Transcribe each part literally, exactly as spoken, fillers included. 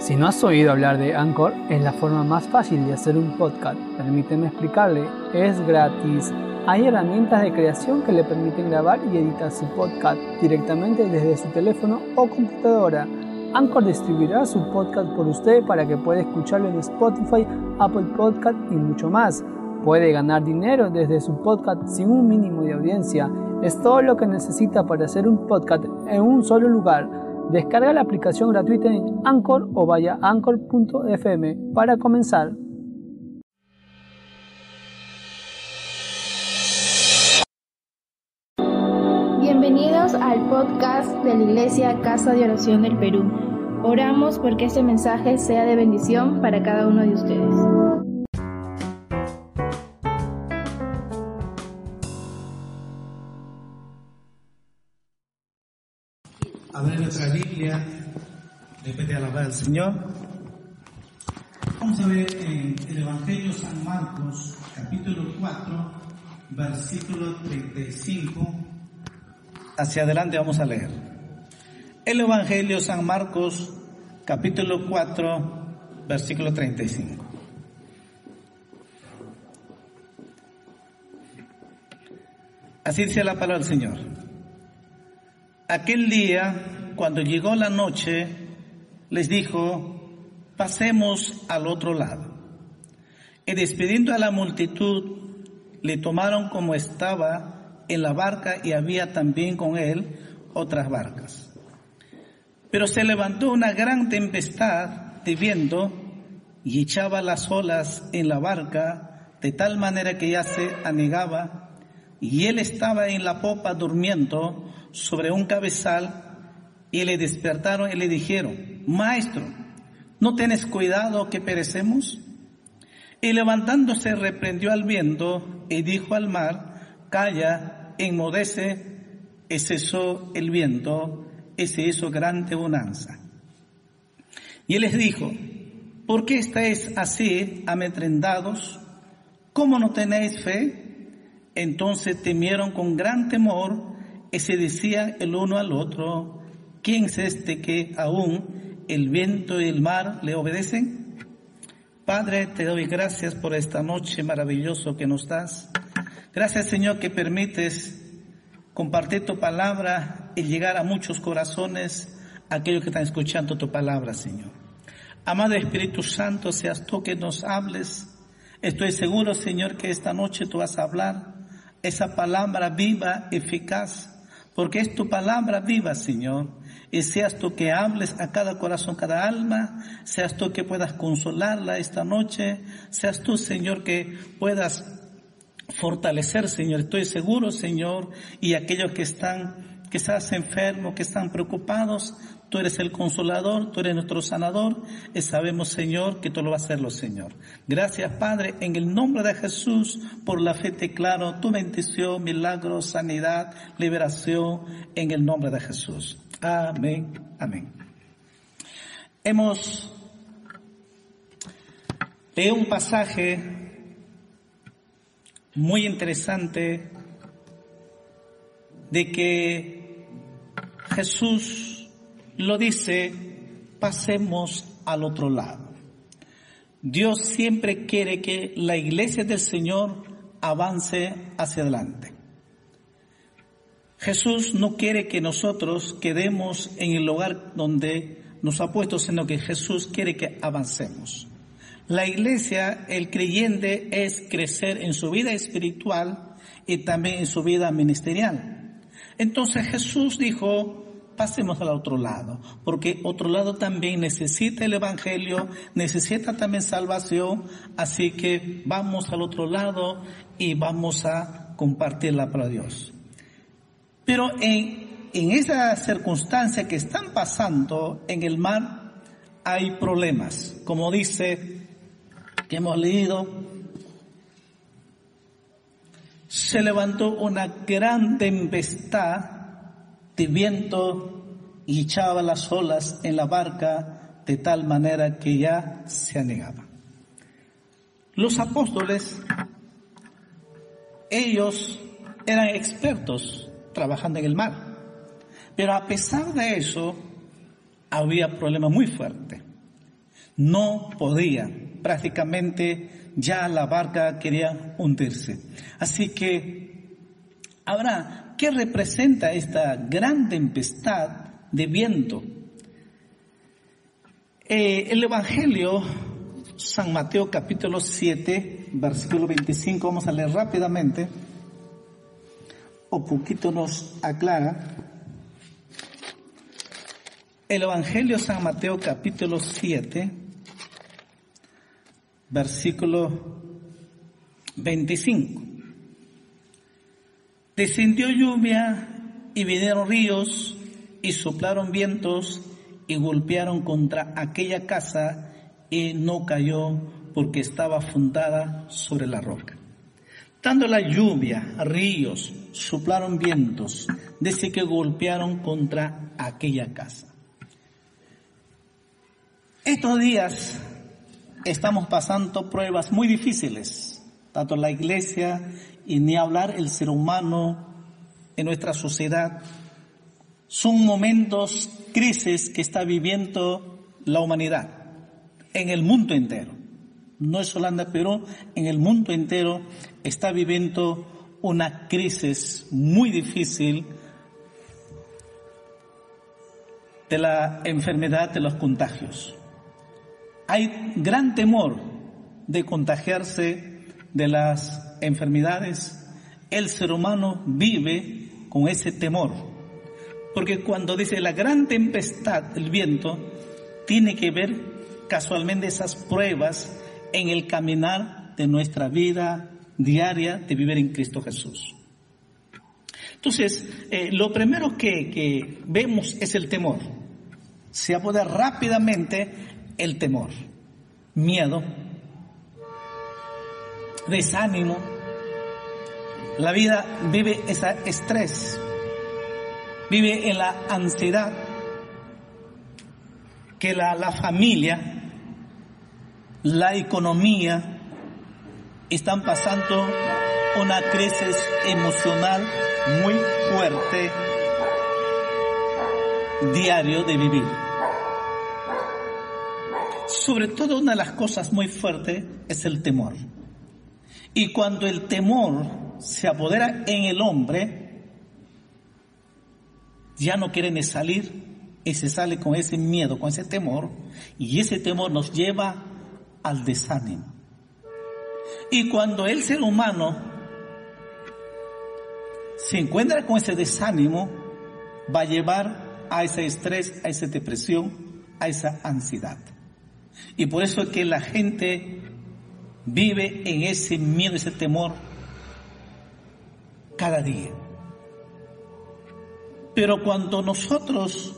Si no has oído hablar de Anchor, es la forma más fácil de hacer un podcast. Permíteme explicarle, es gratis. Hay herramientas de creación que le permiten grabar y editar su podcast directamente desde su teléfono o computadora. Anchor distribuirá su podcast por usted para que pueda escucharlo en Spotify, Apple Podcast y mucho más. Puede ganar dinero desde su podcast sin un mínimo de audiencia. Es todo lo que necesita para hacer un podcast en un solo lugar. Descarga la aplicación gratuita en Anchor o vaya a anchor punto f m para comenzar. Bienvenidos al podcast de la Iglesia Casa de Oración del Perú. Oramos porque este mensaje sea de bendición para cada uno de ustedes. Abrir nuestra Biblia, después de alabar al Señor. Vamos a ver en el Evangelio San Marcos, capítulo cuatro, versículo treinta y cinco. Hacia adelante vamos a leer. El Evangelio San Marcos, capítulo cuatro, versículo treinta y cinco. Así dice la palabra del Señor. Aquel día, cuando llegó la noche, les dijo, pasemos al otro lado. Y despidiendo a la multitud, le tomaron como estaba en la barca y había también con él otras barcas. Pero se levantó una gran tempestad de viento y echaba las olas en la barca de tal manera que ya se anegaba y él estaba en la popa durmiendo sobre un cabezal, y le despertaron y le dijeron, Maestro, ¿no tienes cuidado que perecemos? Y levantándose reprendió al viento y dijo al mar, Calla, enmudece, y cesó el viento, y se hizo grande bonanza. Y él les dijo, ¿por qué estáis así amedrentados? ¿Cómo no tenéis fe? Entonces temieron con gran temor, y se decían el uno al otro, ¿quién es este que aún el viento y el mar le obedecen? Padre, te doy gracias por esta noche maravillosa que nos das. Gracias, Señor, que permites compartir tu palabra y llegar a muchos corazones, aquellos que están escuchando tu palabra, Señor. Amado Espíritu Santo, seas tú que nos hables. Estoy seguro, Señor, que esta noche tú vas a hablar esa palabra viva, eficaz, porque es tu palabra viva, Señor, y seas tú que hables a cada corazón, cada alma, seas tú que puedas consolarla esta noche, seas tú, Señor, que puedas fortalecer, Señor. Estoy seguro, Señor, y aquellos que están, que estás enfermos, que están preocupados, tú eres el consolador, tú eres nuestro sanador, y sabemos, Señor, que tú lo vas a hacerlo, Señor. Gracias, Padre, en el nombre de Jesús, por la fe te declaro tu bendición, milagro, sanidad, liberación, en el nombre de Jesús. Amén, amén. Hemos leído un pasaje muy interesante de que Jesús lo dice, pasemos al otro lado. Dios siempre quiere que la iglesia del Señor avance hacia adelante. Jesús no quiere que nosotros quedemos en el lugar donde nos ha puesto, sino que Jesús quiere que avancemos. La iglesia, el creyente, es crecer en su vida espiritual y también en su vida ministerial. Entonces Jesús dijo, pasemos al otro lado, porque otro lado también necesita el evangelio, necesita también salvación, así que vamos al otro lado y vamos a compartir la palabra de Dios. Pero en, en esa circunstancia que están pasando en el mar, hay problemas, como dice, que hemos leído, se levantó una gran tempestad de viento y echaba las olas en la barca de tal manera que ya se anegaba. Los apóstoles, ellos eran expertos trabajando en el mar, pero a pesar de eso había problemas muy fuertes. No podía, prácticamente ya la barca quería hundirse. Así que, ahora, ¿qué representa esta gran tempestad de viento? Eh, el Evangelio, San Mateo capítulo siete, versículo veinticinco, vamos a leer rápidamente, o poquito nos aclara. El Evangelio San Mateo capítulo siete, versículo veinticinco. Descendió lluvia y vinieron ríos y soplaron vientos y golpearon contra aquella casa y no cayó porque estaba fundada sobre la roca. Dando la lluvia, ríos, soplaron vientos, desde que golpearon contra aquella casa. Estos días estamos pasando pruebas muy difíciles, tanto la iglesia y ni hablar el ser humano en nuestra sociedad. Son momentos, crisis que está viviendo la humanidad en el mundo entero. No es Holanda, pero en el mundo entero está viviendo una crisis muy difícil de la enfermedad de los contagios. Hay gran temor de contagiarse de las enfermedades. El ser humano vive con ese temor, porque cuando dice la gran tempestad del viento, tiene que ver casualmente esas pruebas en el caminar de nuestra vida diaria de vivir en Cristo Jesús. Entonces, eh, lo primero que, que vemos es el temor. Se apodera rápidamente el temor, miedo, desánimo. La vida vive ese estrés, vive en la ansiedad, que la, la familia, la economía están pasando una crisis emocional muy fuerte diario de vivir. Sobre todo una de las cosas muy fuertes es el temor. Y cuando el temor se apodera en el hombre, ya no quiere ni salir y se sale con ese miedo, con ese temor, y ese temor nos lleva al desánimo. Y cuando el ser humano se encuentra con ese desánimo, va a llevar a ese estrés, a esa depresión, a esa ansiedad. Y por eso es que la gente vive en ese miedo, ese temor cada día. Pero cuando nosotros,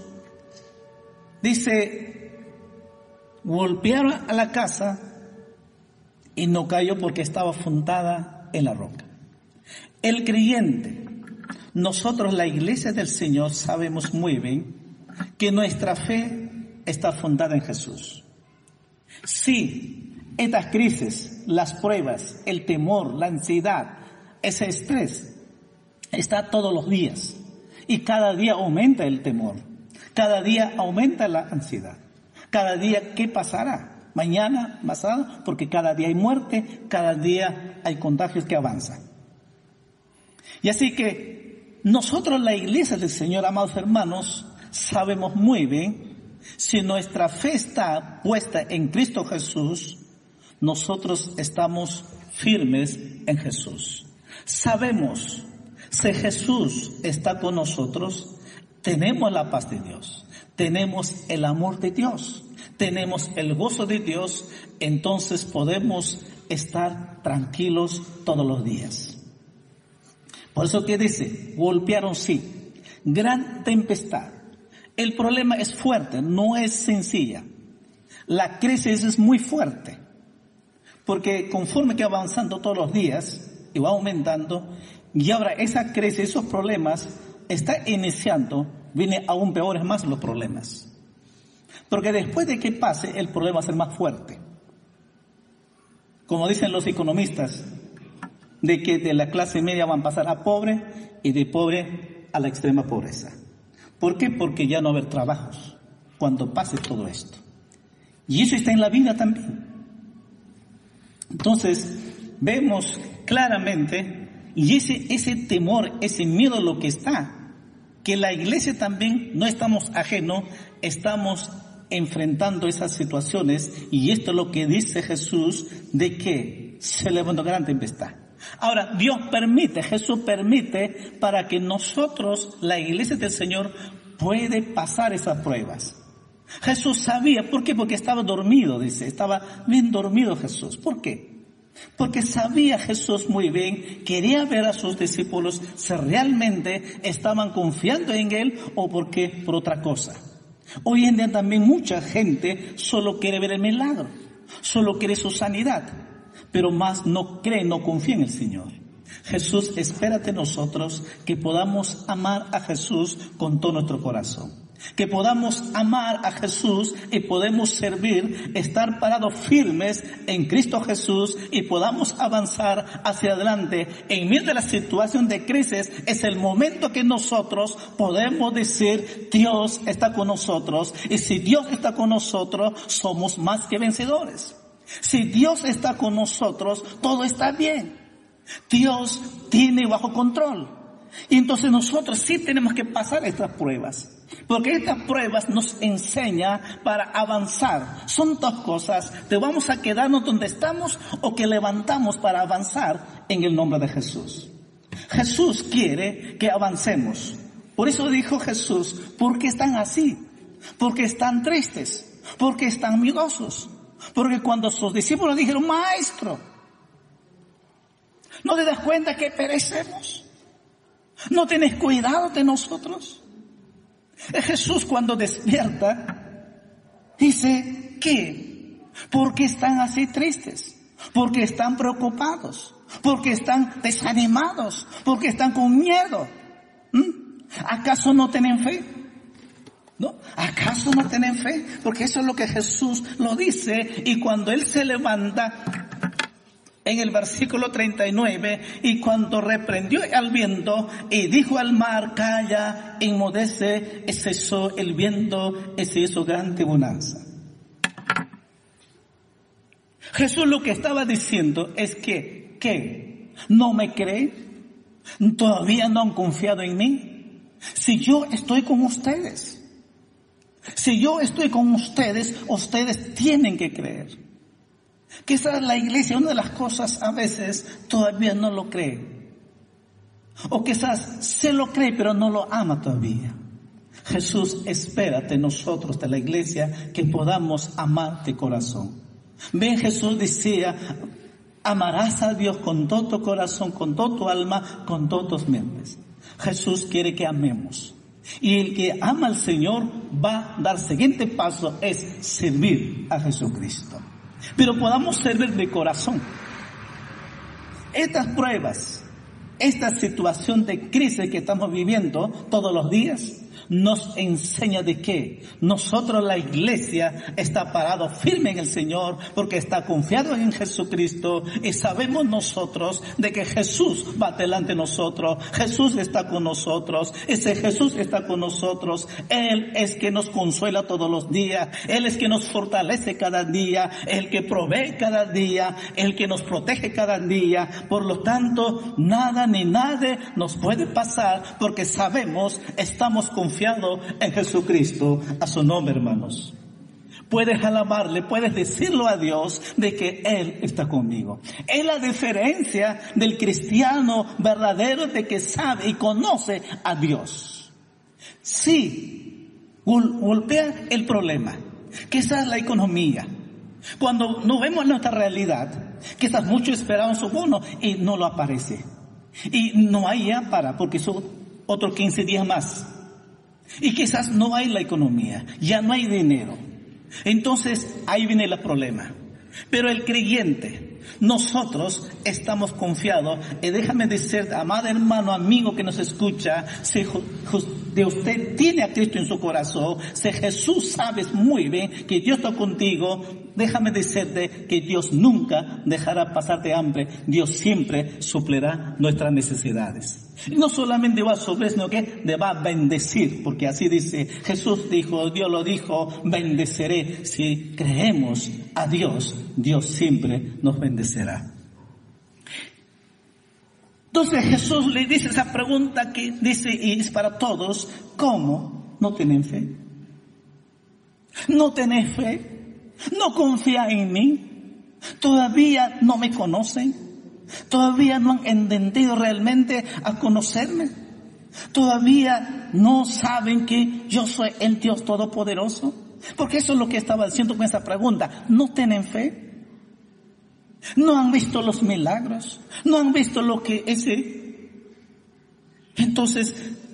dice, golpearon a la casa y no cayó porque estaba fundada en la roca. El creyente, nosotros la iglesia del Señor sabemos muy bien que nuestra fe está fundada en Jesús. Sí, estas crisis, las pruebas, el temor, la ansiedad, ese estrés, está todos los días. Y cada día aumenta el temor. Cada día aumenta la ansiedad. Cada día, ¿qué pasará? Mañana, pasado, porque cada día hay muerte, cada día hay contagios que avanzan. Y así que nosotros, la iglesia del Señor, amados hermanos, sabemos muy bien, si nuestra fe está puesta en Cristo Jesús, nosotros estamos firmes en Jesús. Sabemos, si Jesús está con nosotros, tenemos la paz de Dios, tenemos el amor de Dios, tenemos el gozo de Dios, entonces podemos estar tranquilos todos los días. Por eso que dice, golpearon sí, gran tempestad. El problema es fuerte, no es sencilla. La crisis es muy fuerte, porque conforme que va avanzando todos los días y va aumentando, y ahora esa crisis, esos problemas, está iniciando, viene aún peores más los problemas. Porque después de que pase, el problema va a ser más fuerte. Como dicen los economistas, de que de la clase media van a pasar a pobre y de pobre a la extrema pobreza. ¿Por qué? Porque ya no va a haber trabajos cuando pase todo esto. Y eso está en la Biblia también. Entonces, vemos claramente, y ese, ese temor, ese miedo a lo que está, que la iglesia también no estamos ajenos, estamos enfrentando esas situaciones, y esto es lo que dice Jesús, de que se levantó gran tempestad. Ahora, Dios permite, Jesús permite para que nosotros, la iglesia del Señor, puede pasar esas pruebas. Jesús sabía, ¿por qué? Porque estaba dormido, dice, estaba bien dormido Jesús. ¿Por qué? Porque sabía Jesús muy bien, quería ver a sus discípulos si realmente estaban confiando en Él o porque por otra cosa. Hoy en día también mucha gente solo quiere ver el milagro, solo quiere su sanidad, pero más no cree, no confía en el Señor. Jesús espera de nosotros que podamos amar a Jesús con todo nuestro corazón. Que podamos amar a Jesús y podemos servir, estar parados firmes en Cristo Jesús y podamos avanzar hacia adelante. En medio de la situación de crisis es el momento que nosotros podemos decir, Dios está con nosotros. Y si Dios está con nosotros, somos más que vencedores. Si Dios está con nosotros, todo está bien. Dios tiene bajo control. Y entonces nosotros sí tenemos que pasar estas pruebas. Porque estas pruebas nos enseñan para avanzar. Son dos cosas. ¿Te vamos a quedarnos donde estamos o que levantamos para avanzar en el nombre de Jesús? Jesús quiere que avancemos. Por eso dijo Jesús, ¿por qué están así? Porque están tristes, porque están miedosos. Porque cuando sus discípulos dijeron, Maestro, ¿no te das cuenta que perecemos? ¿No tienes cuidado de nosotros? Jesús cuando despierta dice, ¿qué? ¿Por qué están así tristes? ¿Por qué están preocupados? ¿Por qué están desanimados? ¿Por qué están con miedo? ¿Mm? ¿Acaso no tienen fe? ¿No? ¿Acaso no tienen fe? Porque eso es lo que Jesús lo dice, y cuando Él se levanta en el versículo treinta y nueve, y cuando reprendió al viento y dijo al mar, calla, enmudece, cesó el viento y se hizo grande bonanza. Jesús lo que estaba diciendo es que, ¿qué? ¿No me creen? ¿Todavía no han confiado en mí? Si yo estoy con ustedes, si yo estoy con ustedes, ustedes tienen que creer. Quizás la iglesia, una de las cosas a veces todavía no lo cree. O quizás se lo cree pero no lo ama todavía. Jesús espera de nosotros, de la iglesia, que podamos amar de corazón. Ven, Jesús decía, amarás a Dios con todo tu corazón, con toda tu alma, con todos tus mentes. Jesús quiere que amemos. Y el que ama al Señor va a dar siguiente paso, es servir a Jesucristo. Pero podamos servir de corazón. Estas pruebas, esta situación de crisis que estamos viviendo todos los días, nos enseña de que nosotros, la iglesia, está parado firme en el Señor porque está confiado en Jesucristo, y sabemos nosotros de que Jesús va delante de nosotros, Jesús está con nosotros. Ese Jesús está con nosotros, Él es que nos consuela todos los días, Él es que nos fortalece cada día, el que provee cada día, el que nos protege cada día. Por lo tanto, nada ni nadie nos puede pasar porque sabemos, estamos confiados en Jesucristo. A su nombre, hermanos. Puedes alabarle, puedes decirlo a Dios de que Él está conmigo. Es la diferencia del cristiano verdadero, de que sabe y conoce a Dios. Sí, golpea el problema, quizás la economía. Cuando no vemos nuestra realidad, quizás muchos esperaban su bono y no lo aparece. Y no hay ya para, porque son otros quince días más. Y quizás no hay la economía, ya no hay dinero. Entonces ahí viene el problema. Pero el creyente, nosotros estamos confiados. Y déjame decir, amado hermano, amigo que nos escucha, si de usted tiene a Cristo en su corazón, si Jesús sabes muy bien que Dios está contigo, déjame decirte que Dios nunca dejará pasarte hambre. Dios siempre suplirá nuestras necesidades. Y no solamente va a suplir, sino que te va a bendecir, porque así dice, Jesús dijo, Dios lo dijo, bendeceré. Si creemos a Dios, Dios siempre nos bendecerá. Entonces Jesús le dice esa pregunta que dice, y es para todos, ¿cómo no tienen fe? ¿No tenés fe? ¿No confía en mí? ¿Todavía no me conocen? ¿Todavía no han entendido realmente a conocerme? ¿Todavía no saben que yo soy el Dios Todopoderoso? Porque eso es lo que estaba diciendo con esa pregunta. ¿No tienen fe? ¿No han visto los milagros? ¿No han visto lo que ese? Entonces,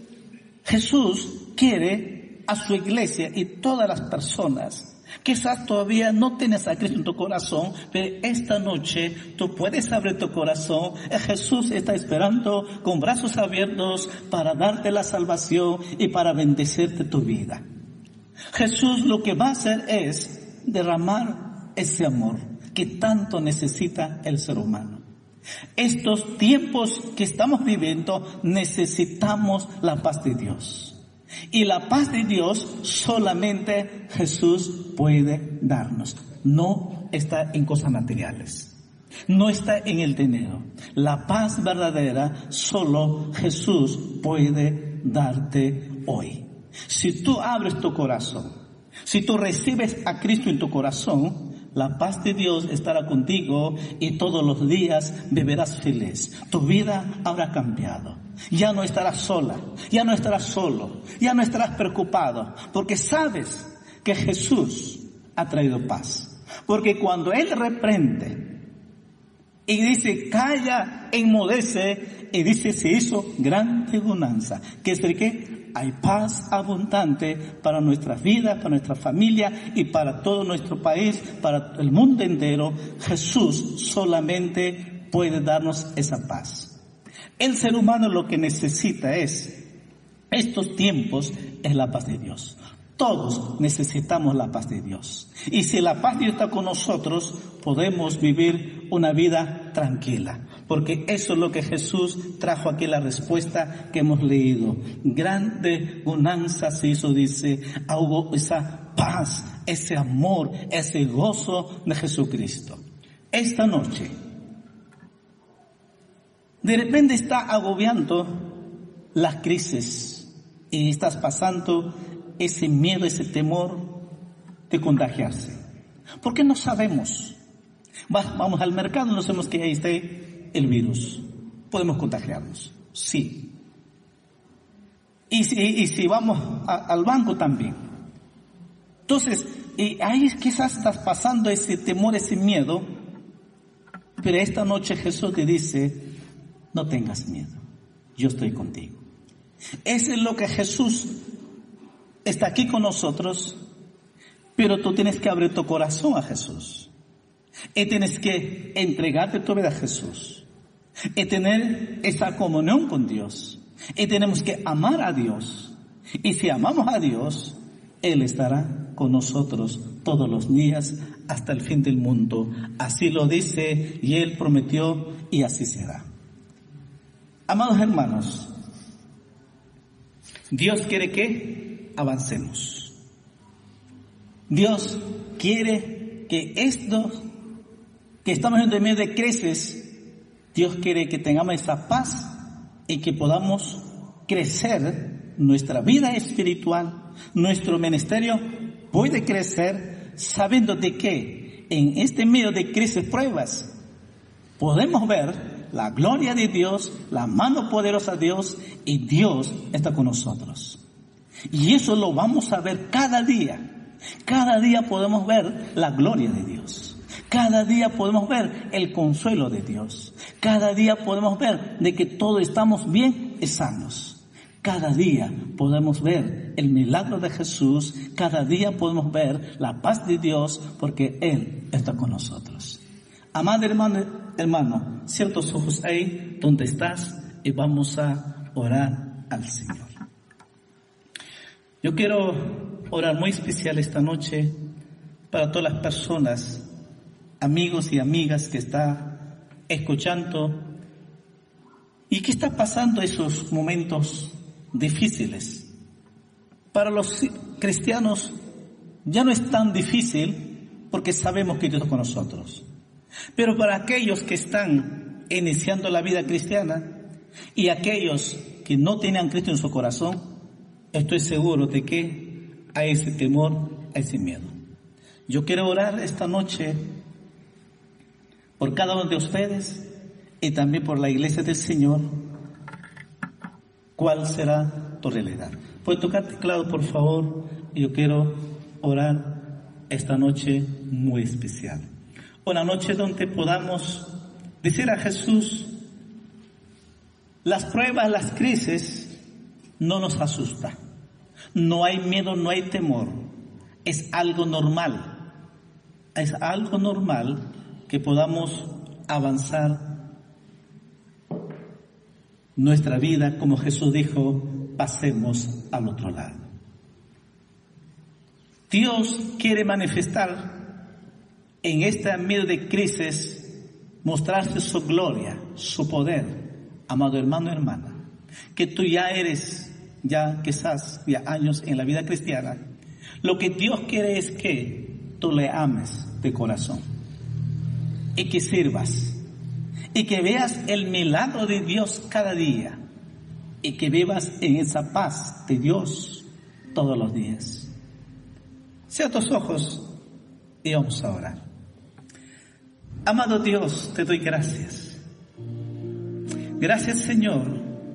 Jesús quiere a su iglesia y todas las personas, quizás todavía no tienes a Cristo en tu corazón, pero esta noche tú puedes abrir tu corazón. Jesús está esperando con brazos abiertos para darte la salvación y para bendecirte tu vida. Jesús lo que va a hacer es derramar ese amor que tanto necesita el ser humano. Estos tiempos que estamos viviendo necesitamos la paz de Dios. Y la paz de Dios solamente Jesús puede darnos. No está en cosas materiales. No está en el dinero. La paz verdadera solo Jesús puede darte hoy. Si tú abres tu corazón, si tú recibes a Cristo en tu corazón, la paz de Dios estará contigo y todos los días vivirás feliz. Tu vida habrá cambiado. Ya no estarás sola, ya no estarás solo, ya no estarás preocupado, porque sabes que Jesús ha traído paz. Porque cuando Él reprende y dice, calla, enmudece, y dice, se hizo grande bonanza, que es el que hay paz abundante para nuestras vidas, para nuestra familia y para todo nuestro país, para el mundo entero. Jesús solamente puede darnos esa paz. El ser humano lo que necesita es, estos tiempos, es la paz de Dios. Todos necesitamos la paz de Dios. Y si la paz de Dios está con nosotros, podemos vivir una vida tranquila. Porque eso es lo que Jesús trajo aquí, la respuesta que hemos leído. Grande bonanza se hizo, dice, hubo esa paz, ese amor, ese gozo de Jesucristo. Esta noche, de repente está agobiando las crisis y estás pasando ese miedo, ese temor de contagiarse. Porque no sabemos. Vamos al mercado, no sabemos que ahí está el virus. Podemos contagiarnos. Sí. Y si, y si vamos a, al banco también. Entonces, y ahí quizás estás pasando ese temor, ese miedo. Pero esta noche Jesús te dice, no tengas miedo. Yo estoy contigo. Eso es lo que Jesús está aquí con nosotros, pero tú tienes que abrir tu corazón a Jesús. Y tienes que entregarte tu vida a Jesús. Y tener esa comunión con Dios. Y tenemos que amar a Dios. Y si amamos a Dios, Él estará con nosotros todos los días hasta el fin del mundo. Así lo dice y Él prometió y así será. Amados hermanos, Dios quiere que avancemos. Dios quiere que esto que estamos en medio de crisis, Dios quiere que tengamos esa paz y que podamos crecer nuestra vida espiritual, nuestro ministerio puede crecer sabiendo de que en este medio de crisis, pruebas, podemos ver la gloria de Dios, la mano poderosa de Dios y Dios está con nosotros. Y eso lo vamos a ver cada día. Cada día podemos ver la gloria de Dios. Cada día podemos ver el consuelo de Dios. Cada día podemos ver de que todos estamos bien y sanos. Cada día podemos ver el milagro de Jesús. Cada día podemos ver la paz de Dios porque Él está con nosotros. Amado hermano, hermano, cierra tus ojos ahí donde estás y vamos a orar al Señor. Yo quiero orar muy especial esta noche para todas las personas, amigos y amigas que están escuchando y que están pasando esos momentos difíciles. Para los cristianos ya no es tan difícil porque sabemos que Dios es con nosotros. Pero para aquellos que están iniciando la vida cristiana y aquellos que no tienen a Cristo en su corazón, estoy seguro de que hay ese temor, hay ese miedo. Yo quiero orar esta noche por cada uno de ustedes y también por la iglesia del Señor. ¿Cuál será tu realidad? Puedes tocar teclado, por favor. Yo quiero orar esta noche muy especial. Una noche donde podamos decir a Jesús, las pruebas, las crisis no nos asustan. No hay miedo, no hay temor. Es algo normal. Es algo normal que podamos avanzar nuestra vida, como Jesús dijo, pasemos al otro lado. Dios quiere manifestar en este medio de crisis, mostrarse su gloria, su poder, amado hermano, hermana, que tú ya eres, ya quizás ya años en la vida cristiana. Lo que Dios quiere es que tú le ames de corazón y que sirvas y que veas el milagro de Dios cada día y que vivas en esa paz de Dios todos los días. Cierra tus ojos y vamos a orar. Amado Dios, te doy gracias. Gracias, Señor,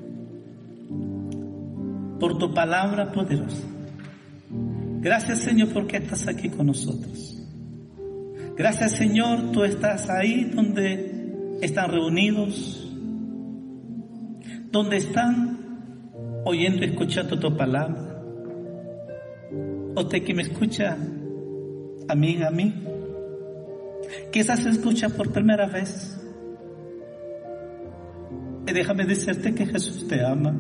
por tu palabra poderosa. Gracias, Señor, porque estás aquí con nosotros. Gracias, Señor, tú estás ahí donde están reunidos, donde están oyendo y escuchando tu palabra. Usted que me escucha, amiga, a mí, quizás escucha por primera vez. Y déjame decirte que Jesús te ama.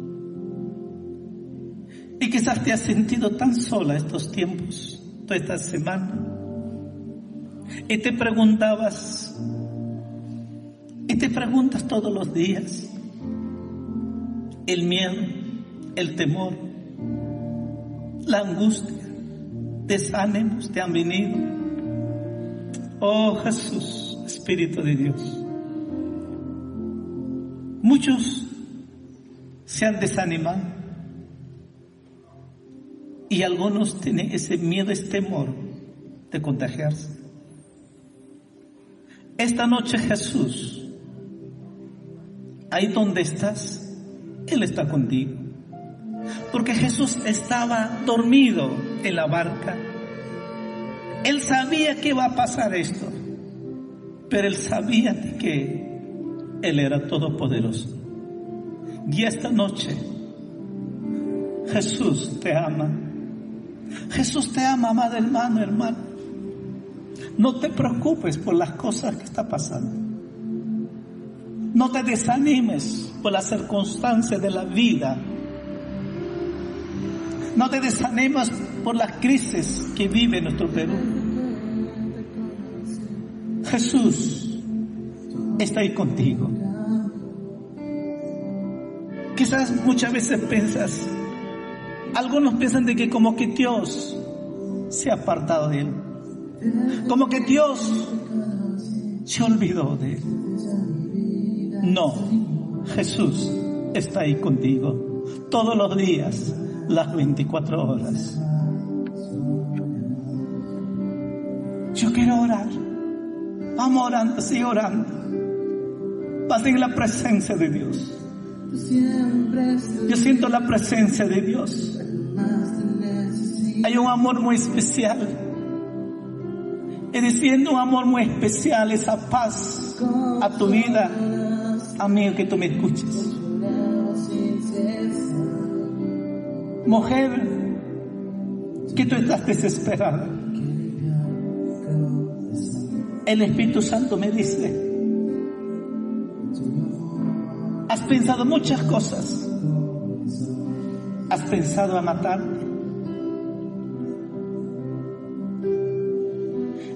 Y quizás te has sentido tan sola estos tiempos, toda esta semana. Y te preguntabas, y te preguntas todos los días, el miedo, el temor, la angustia, desánimos te han venido. Oh Jesús, Espíritu de Dios. Muchos se han desanimado y algunos tienen ese miedo, ese temor de contagiarse. Esta noche Jesús, ahí donde estás, Él está contigo. Porque Jesús estaba dormido en la barca. Él sabía que iba a pasar esto, pero Él sabía de que Él era todopoderoso. Y esta noche Jesús te ama. Jesús te ama, amado hermano, hermano. No te preocupes por las cosas que están pasando. No te desanimes por las circunstancias de la vida. No te desanimes por las crisis que vive nuestro Perú. Jesús está ahí contigo. Quizás muchas veces piensas, algunos piensan de que como que Dios se ha apartado de él, como que Dios se olvidó de él. No, Jesús está ahí contigo todos los días, las veinticuatro horas. Yo quiero orar. Vamos orando, sigue orando. Vas en la presencia de Dios. Yo siento la presencia de Dios. Hay un amor muy especial. Y diciendo un amor muy especial, esa paz a tu vida, amigo que tú me escuches. Mujer, que tú estás desesperada. El Espíritu Santo me dice, has pensado muchas cosas. Has pensado a matarte.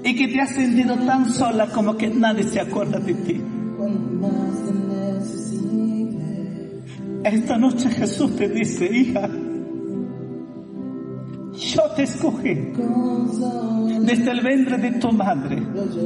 y que te has sentido tan sola como que nadie se acuerda de ti. Esta noche Jesús te dice: hija, yo te escogí desde el vientre de tu madre.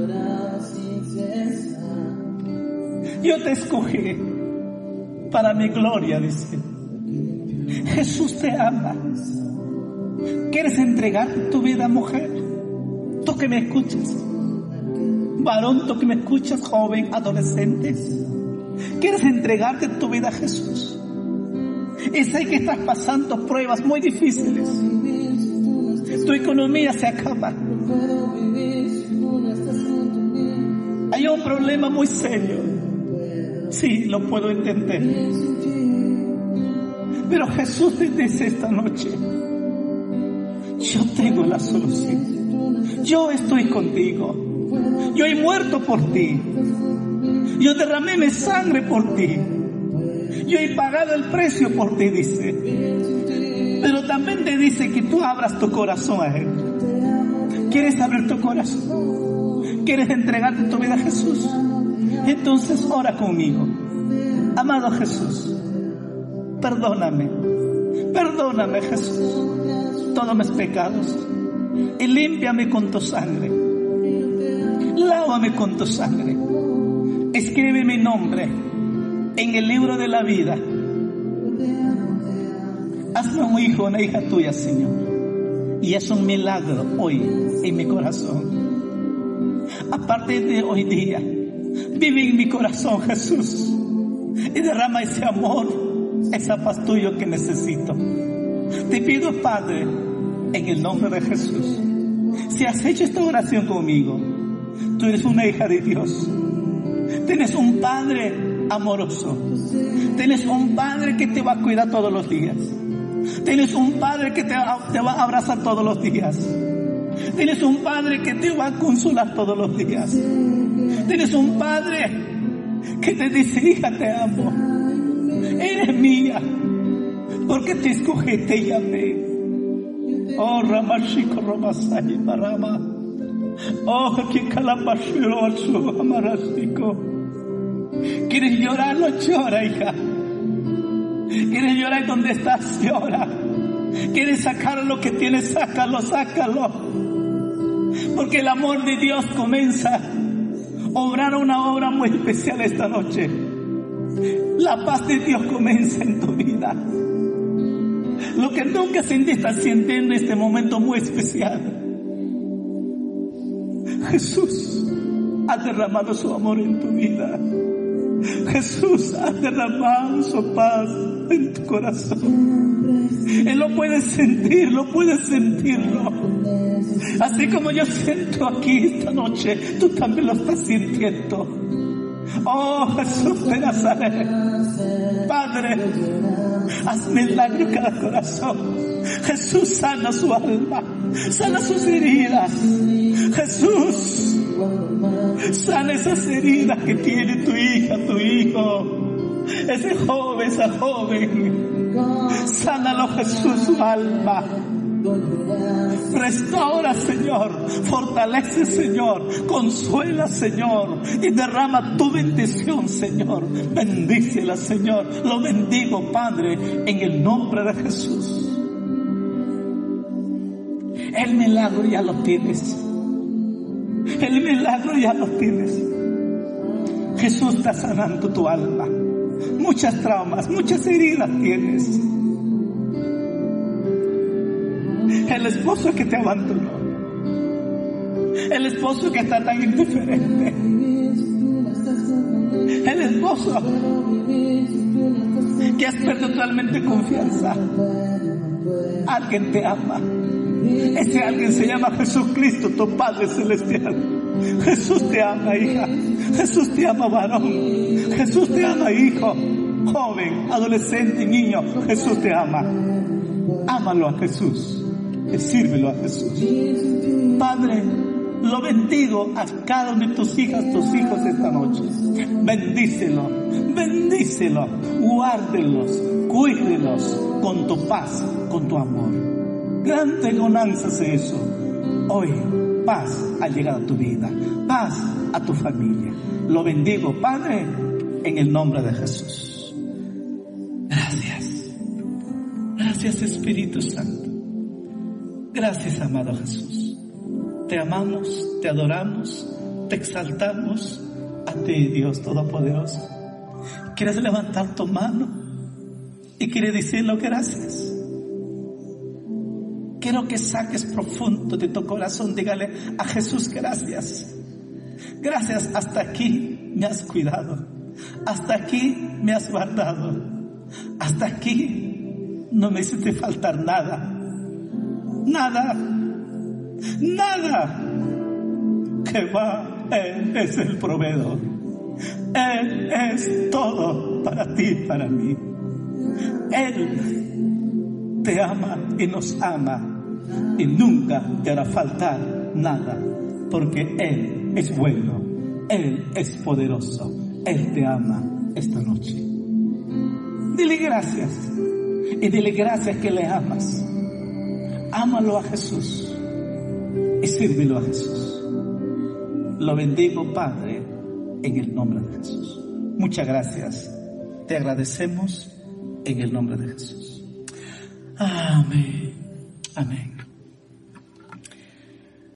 Yo te escogí para mi gloria, dice. Jesús te ama. ¿Quieres entregar tu vida, mujer? Tú que me escuchas, varón, tú que me escuchas, joven, adolescente, ¿quieres entregarte tu vida a Jesús? Y sé que estás pasando pruebas muy difíciles. Tu economía se acaba. Hay un problema muy serio. Sí, lo puedo entender. Pero Jesús te dice esta noche: yo tengo la solución. Yo estoy contigo. Yo he muerto por ti. Yo derramé mi sangre por ti. Yo he pagado el precio por ti, dice. Pero también te dice que tú abras tu corazón a Él. ¿Quieres abrir tu corazón? ¿Quieres entregarte tu vida a Jesús? Entonces ora conmigo. Amado Jesús, perdóname. Perdóname, Jesús, todos mis pecados. Y límpiame con tu sangre. Lávame con tu sangre. Escribe mi nombre en el libro de la vida. Hazme un hijo, una hija tuya, Señor. Y es un milagro hoy en mi corazón. A partir de hoy día, vive en mi corazón, Jesús, y derrama ese amor, esa paz tuya que necesito. Te pido, Padre, en el nombre de Jesús, si has hecho esta oración conmigo, tú eres una hija de Dios. Tienes un Padre amoroso. Tienes un Padre que te va a cuidar todos los días. Tienes un Padre que te, te va a abrazar todos los días. Tienes un Padre que te va a consolar todos los días. Tienes un Padre que te dice: hija, te amo. Eres mía, porque te escogí, te llamé. Oh, Ramashiko Romasai Marama. Oh, que calabashiro alzu amarastiko. ¿Quieres llorar? No llora, hija. ¿Quieres llorar donde estás? Llora. ¿Quieres sacar lo que tienes? Sácalo, sácalo. Porque el amor de Dios comienza a obrar una obra muy especial esta noche. La paz de Dios comienza en tu vida. Lo que nunca sentiste, estás sintiendo en este momento muy especial. Jesús ha derramado su amor en tu vida. Jesús ha derramado su paz en tu corazón. Él lo puede sentir, lo puedes sentirlo. Así como yo siento aquí esta noche, tú también lo estás sintiendo. Oh, Jesús de Nazaret, Padre, haz milagro en cada corazón. Jesús, sana su alma, sana sus heridas. Jesús, sana esas heridas que tiene tu hija, tu hijo, ese joven, esa joven. Sánalo, Jesús, su alma. Restaura, Señor, fortalece, Señor, consuela, Señor, y derrama tu bendición, Señor. Bendícela, Señor. Lo bendigo, Padre, en el nombre de Jesús. El milagro ya lo tienes. El milagro ya lo tienes. Jesús está sanando tu alma. Muchas traumas, muchas heridas tienes. El esposo que te abandonó, el esposo que está tan indiferente, el esposo que has perdido totalmente confianza. Alguien te ama. Ese alguien se llama Jesucristo, tu Padre Celestial. Jesús te ama, hija. Jesús te ama, varón. Jesús te ama, hijo, joven, adolescente, niño. Jesús te ama. Ámalo a Jesús. Sírvelo a Jesús. Padre, lo bendigo a cada uno de tus hijas, tus hijos esta noche. Bendícelo, bendícelo, guárdelos, cuídelos con tu paz, con tu amor. Grande ganancia es eso. Hoy paz ha llegado a tu vida, paz a tu familia. Lo bendigo, Padre, en el nombre de Jesús. Gracias. Gracias, Espíritu Santo. Gracias, amado Jesús. Te amamos, te adoramos, te exaltamos a ti, Dios Todopoderoso. ¿Quieres levantar tu mano y quieres decirle gracias? Quiero que saques profundo de tu corazón, dígale a Jesús gracias. Gracias, hasta aquí me has cuidado, hasta aquí me has guardado, hasta aquí no me hiciste faltar nada, nada, nada. Jehová, Él es el proveedor, Él es todo para ti y para mí. Él te ama y nos ama y nunca te hará faltar nada, porque Él es bueno, Él es poderoso, Él te ama esta noche. Dile gracias y dile gracias que le amas. Ámalo a Jesús y sírvelo a Jesús. Lo bendigo, Padre, en el nombre de Jesús. Muchas gracias. Te agradecemos en el nombre de Jesús. Amén. Amén.